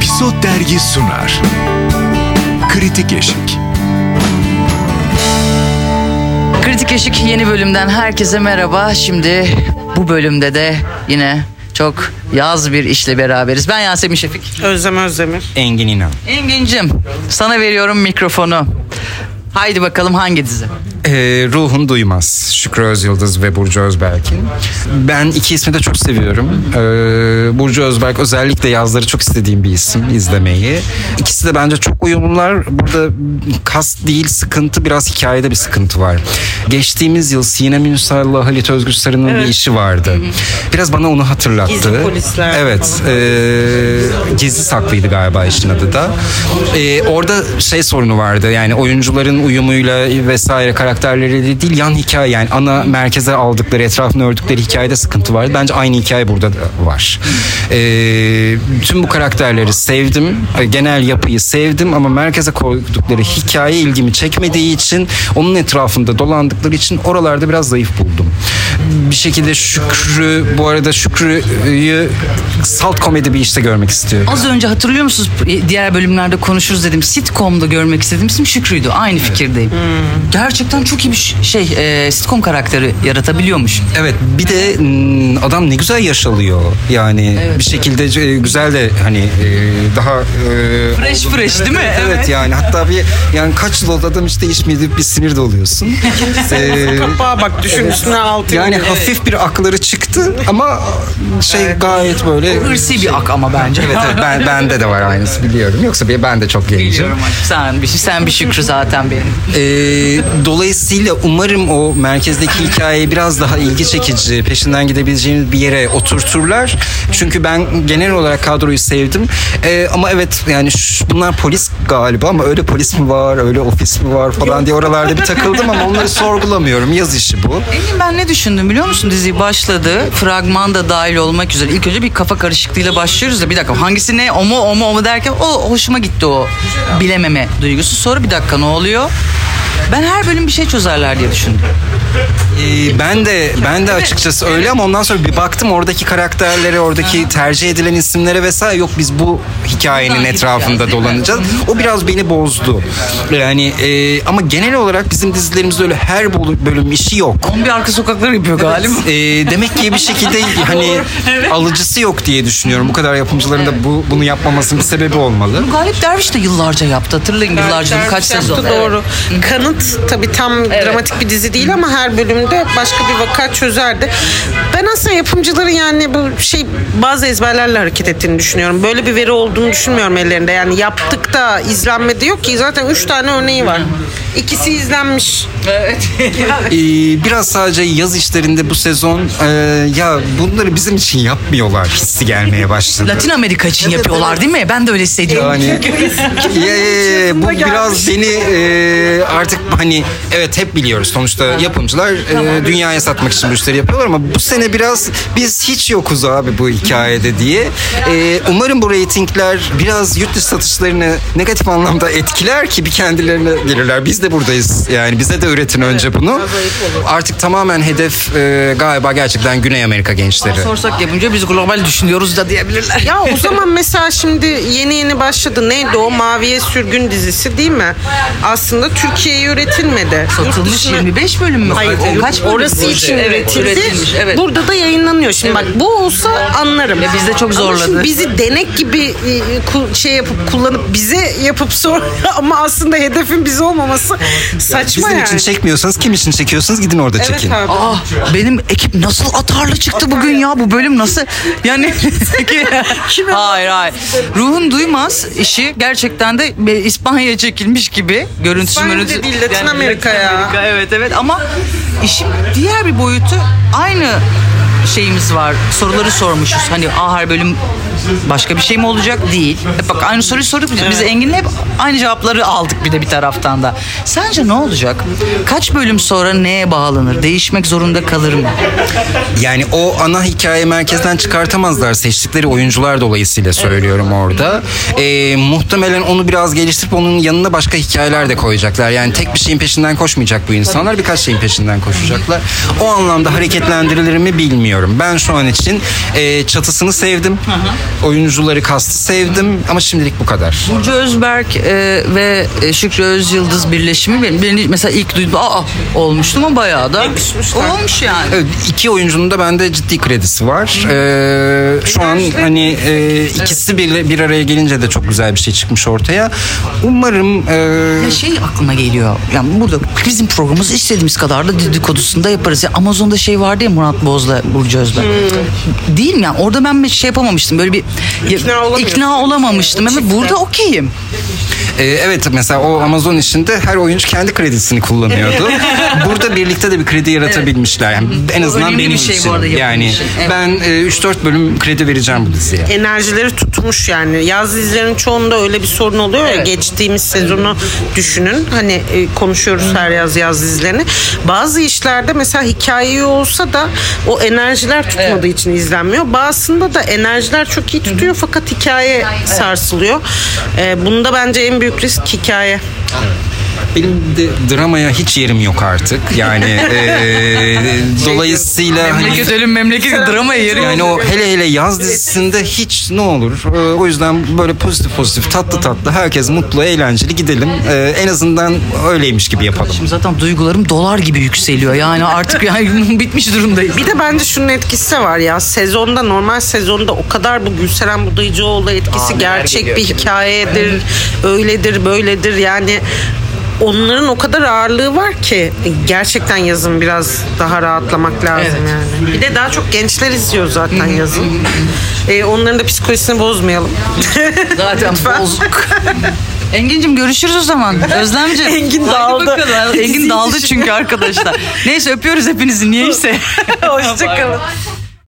Episod Dergi sunar. Kritik Eşik. Kritik Eşik yeni bölümden herkese merhaba. Şimdi bu bölümde de yine çok yaz bir işle beraberiz. Ben Yasemin Şefik. Özlem Özdemir. Engin İnan. Engin'cim, sana veriyorum mikrofonu. Haydi bakalım hangi dizi? Ruhun Duymaz. Şükrü Özyıldız ve Burcu Özberk'in. Ben iki ismi de çok seviyorum. Burcu Özberk özellikle yazları çok istediğim bir isim izlemeyi. İkisi de bence çok uyumlular. Burada kast değil sıkıntı, biraz hikayede bir sıkıntı var. Geçtiğimiz yıl Sinem Ünsal'la Halit Özgürsar'ın bir işi vardı. Biraz bana onu hatırlattı. Gizli Polisler. Evet. Gizli Saklıydı galiba işin adı da. Orada sorunu vardı. Yani oyuncuların uyumuyla vesaire karakterleriyle değil, yan hikaye, yani ana merkeze aldıkları, etrafını ördükleri hikayede sıkıntı vardı. Bence aynı hikaye burada da var. Tüm bu karakterleri sevdim. Genel yapıyı sevdim ama merkeze koydukları hikaye ilgimi çekmediği için, onun etrafında dolandıkları için oralarda biraz zayıf buldum. Bir şekilde bu arada Şükrü'yü salt komedi bir işte görmek istiyorum. Az önce hatırlıyor musunuz? Diğer bölümlerde konuşuruz dedim. Sitcom'da görmek istediğim isim Şükrü'ydü. Aynı fikirdeyim. Gerçekten çok iyi bir sitcom karakteri yaratabiliyormuş. Evet, bir de adam ne güzel yaşalıyor. Yani evet, bir şekilde güzel de hani daha fresh değil mi? Evet, yani hatta yani kaç yıl oldu adam hiç değişmedi, bir sinir de oluyorsun. Kapağa bak, düşün üstüne altı. Yani hafif bir akları çıktı ama gayet böyle hırsi bir ak ama bence. Evet, bende de var aynısı, biliyorum. Yoksa ben de çok gencim. Biliyorum. Sen bir Şükrü zaten benim. Dolayısıyla umarım o merkezdeki hikayeyi biraz daha ilgi çekici, peşinden gidebileceğimiz bir yere oturturlar. Çünkü ben genel olarak kadroyu sevdim. Ama evet, yani bunlar polis galiba ama öyle polis mi var, öyle ofis mi var falan diye oralarda bir takıldım ama onları sorgulamıyorum. Yaz işi bu. Engin, ben ne düşündüm biliyor musun? Dizi başladı. Fragman da dahil olmak üzere. İlk önce bir kafa karışıklığıyla başlıyoruz da bir dakika hangisi ne, o mu derken o hoşuma gitti, o bilememe duygusu. Sonra bir dakika ne oluyor? Ben her bölüm bir şey çözerler diye düşündüm. Ben de açıkçası öyle ama ondan sonra bir baktım oradaki karakterlere, oradaki tercih edilen isimlere vesaire, yok biz bu hikayenin etrafında dolanacağız. O biraz beni bozdu. Yani ama genel olarak bizim dizilerimizde öyle her bölüm işi yok. Onun bir arka sokakları yapıyor galiba. Demek ki bir şekilde hani alıcısı yok diye düşünüyorum. Bu kadar yapımcıların da bunu yapmamasının bir sebebi olmalı. Galip Derviş de yıllarca yaptı. Hatırlayın, yıllarca kaç sezon. Doğru. Kanıt tabii tam dramatik bir dizi değil ama her bölümde başka bir vaka çözerdi. Ben aslında yapımcıların yani bu bazı ezberlerle hareket ettiğini düşünüyorum. Böyle bir veri olduğunu düşünmüyorum ellerinde. Yani yaptık da izlenmedi yok ki. Zaten 3 tane örneği var. İkisi izlenmiş. Evet. Biraz sadece yaz işlerinde bu sezon ya bunları bizim için yapmıyorlar hissi gelmeye başladı. Latin Amerika için yapıyorlar değil mi? Ben de öyle hissediyorum. Yani bu biraz beni artık hani evet, hep biliyoruz sonuçta yapımcılar dünyaya satmak için müşteri yapıyorlar ama bu sene biraz biz hiç yokuz abi bu hikayede diye. Umarım bu reytingler biraz yurt dışı satışlarını negatif anlamda etkiler ki bir kendilerine gelirler. Biz de buradayız. Yani bize de üretin önce bunu. Artık tamamen hedef galiba gerçekten Güney Amerika gençleri. Sorsak yapınca biz global düşünüyoruz da diyebilirler. Ya o zaman mesela şimdi yeni başladı. Neydi o? Maviye Sürgün dizisi değil mi? Aslında Türkiye'ye üretilmedi. Satılmış 25 bölüm mü? Hayır, kaç bölüm? orası için üretilmiş. Evet. Burada da yayınlanıyor. Şimdi bak, bu olsa anlarım. Biz de çok zorladı. Ama şimdi bizi denek gibi yapıp kullanıp bize yapıp sonra ama aslında hedefin biz olmaması saçma Bizim yani. için çekmiyorsanız kim için çekiyorsunuz, gidin orada çekin. Evet abi. Benim ekip nasıl atarlı çıktı bugün ya, bu bölüm nasıl? Yani hayır. Ruhun Duymaz işi gerçekten de İspanya'ya çekilmiş gibi. Görüntüsü İspanya değil, Latin Amerika ya. Evet ama işin diğer bir boyutu, aynı şeyimiz var. Soruları sormuşuz. Hani her bölüm başka bir şey mi olacak? Değil. Bak, aynı soruyu sorduk. Biz Engin'le hep aynı cevapları aldık bir taraftan da. Sence ne olacak? Kaç bölüm sonra neye bağlanır? Değişmek zorunda kalır mı? Yani o ana hikaye merkezden çıkartamazlar, seçtikleri oyuncular dolayısıyla söylüyorum orada. Muhtemelen onu biraz geliştirip onun yanına başka hikayeler de koyacaklar. Yani tek bir şeyin peşinden koşmayacak bu insanlar. Birkaç şeyin peşinden koşacaklar. O anlamda hareketlendirilir mi bilmiyorum. istemiyorum. Ben şu an için çatısını sevdim. Oyuncuları, kastı sevdim ama şimdilik bu kadar. Burcu Özberk ve Şükrü Özyıldız birleşimi beni mesela ilk duyduğumda olmuştum ama bayağı da olmuş yani. Evet, iki oyuncunun da bende ciddi kredisi var. Şu an hani ikisi bir araya gelince de çok güzel bir şey çıkmış ortaya. Umarım Ya şey aklıma geliyor. Yani burada bizim programımız istediğimiz kadar da dedikodusunu da yaparız. Ya Amazon'da şey vardı ya, Murat Boz'la Burcu Özberk. Değil mi yani? Orada ben bir şey yapamamıştım. Böyle bir ikna olamamıştım. Ama burada okeyim. evet, mesela o Amazon işinde her oyuncu kendi kredisini kullanıyordu. Burada birlikte de bir kredi yaratabilmişler. Yani en azından önemli benim bir şey için. bu arada Yani yapılmış. Evet. ben 3-4 bölüm kredi vereceğim bu diziye. Enerjileri tutmuş yani. Yaz dizilerinin çoğunda öyle bir sorun oluyor ya. Evet. Geçtiğimiz sezonu düşünün. Hani konuşuyoruz her yaz dizilerini. Bazı işlerde mesela hikaye iyi olsa da o enerjiler tutmadığı için izlenmiyor. Bazısında da enerjiler çok iyi tutuyor fakat hikaye sarsılıyor. Bunda bence en büyük risk hikaye. Benim de dramaya hiç yerim yok artık. Yani dolayısıyla hani, Memleket ölüm memleket drama yeri. yani o hele yaz dizisinde hiç ne olur. O yüzden böyle pozitif tatlı herkes mutlu, eğlenceli gidelim. En azından öyleymiş gibi yapalım. Şimdi zaten duygularım dolar gibi yükseliyor. Yani artık yani bitmiş durumdayım. Bir de bence şunun etkisi de var ya. Sezonda, normal sezonda o kadar bu Gülseren Budayıcıoğlu etkisi gerçek bir hikayedir. Öyledir, böyledir. Yani onların o kadar ağırlığı var ki gerçekten yazın biraz daha rahatlamak lazım yani. Bir de daha çok gençler izliyor zaten yazın. Onların da psikolojisini bozmayalım. Zaten Lütfen. bozuk. Engin'cim görüşürüz o zaman. Özlemciğim. Engin Hadi dağıldı. bakalım. Engin dağıldı çünkü arkadaşlar. Neyse öpüyoruz hepinizi niyeyse. Hoşçakalın.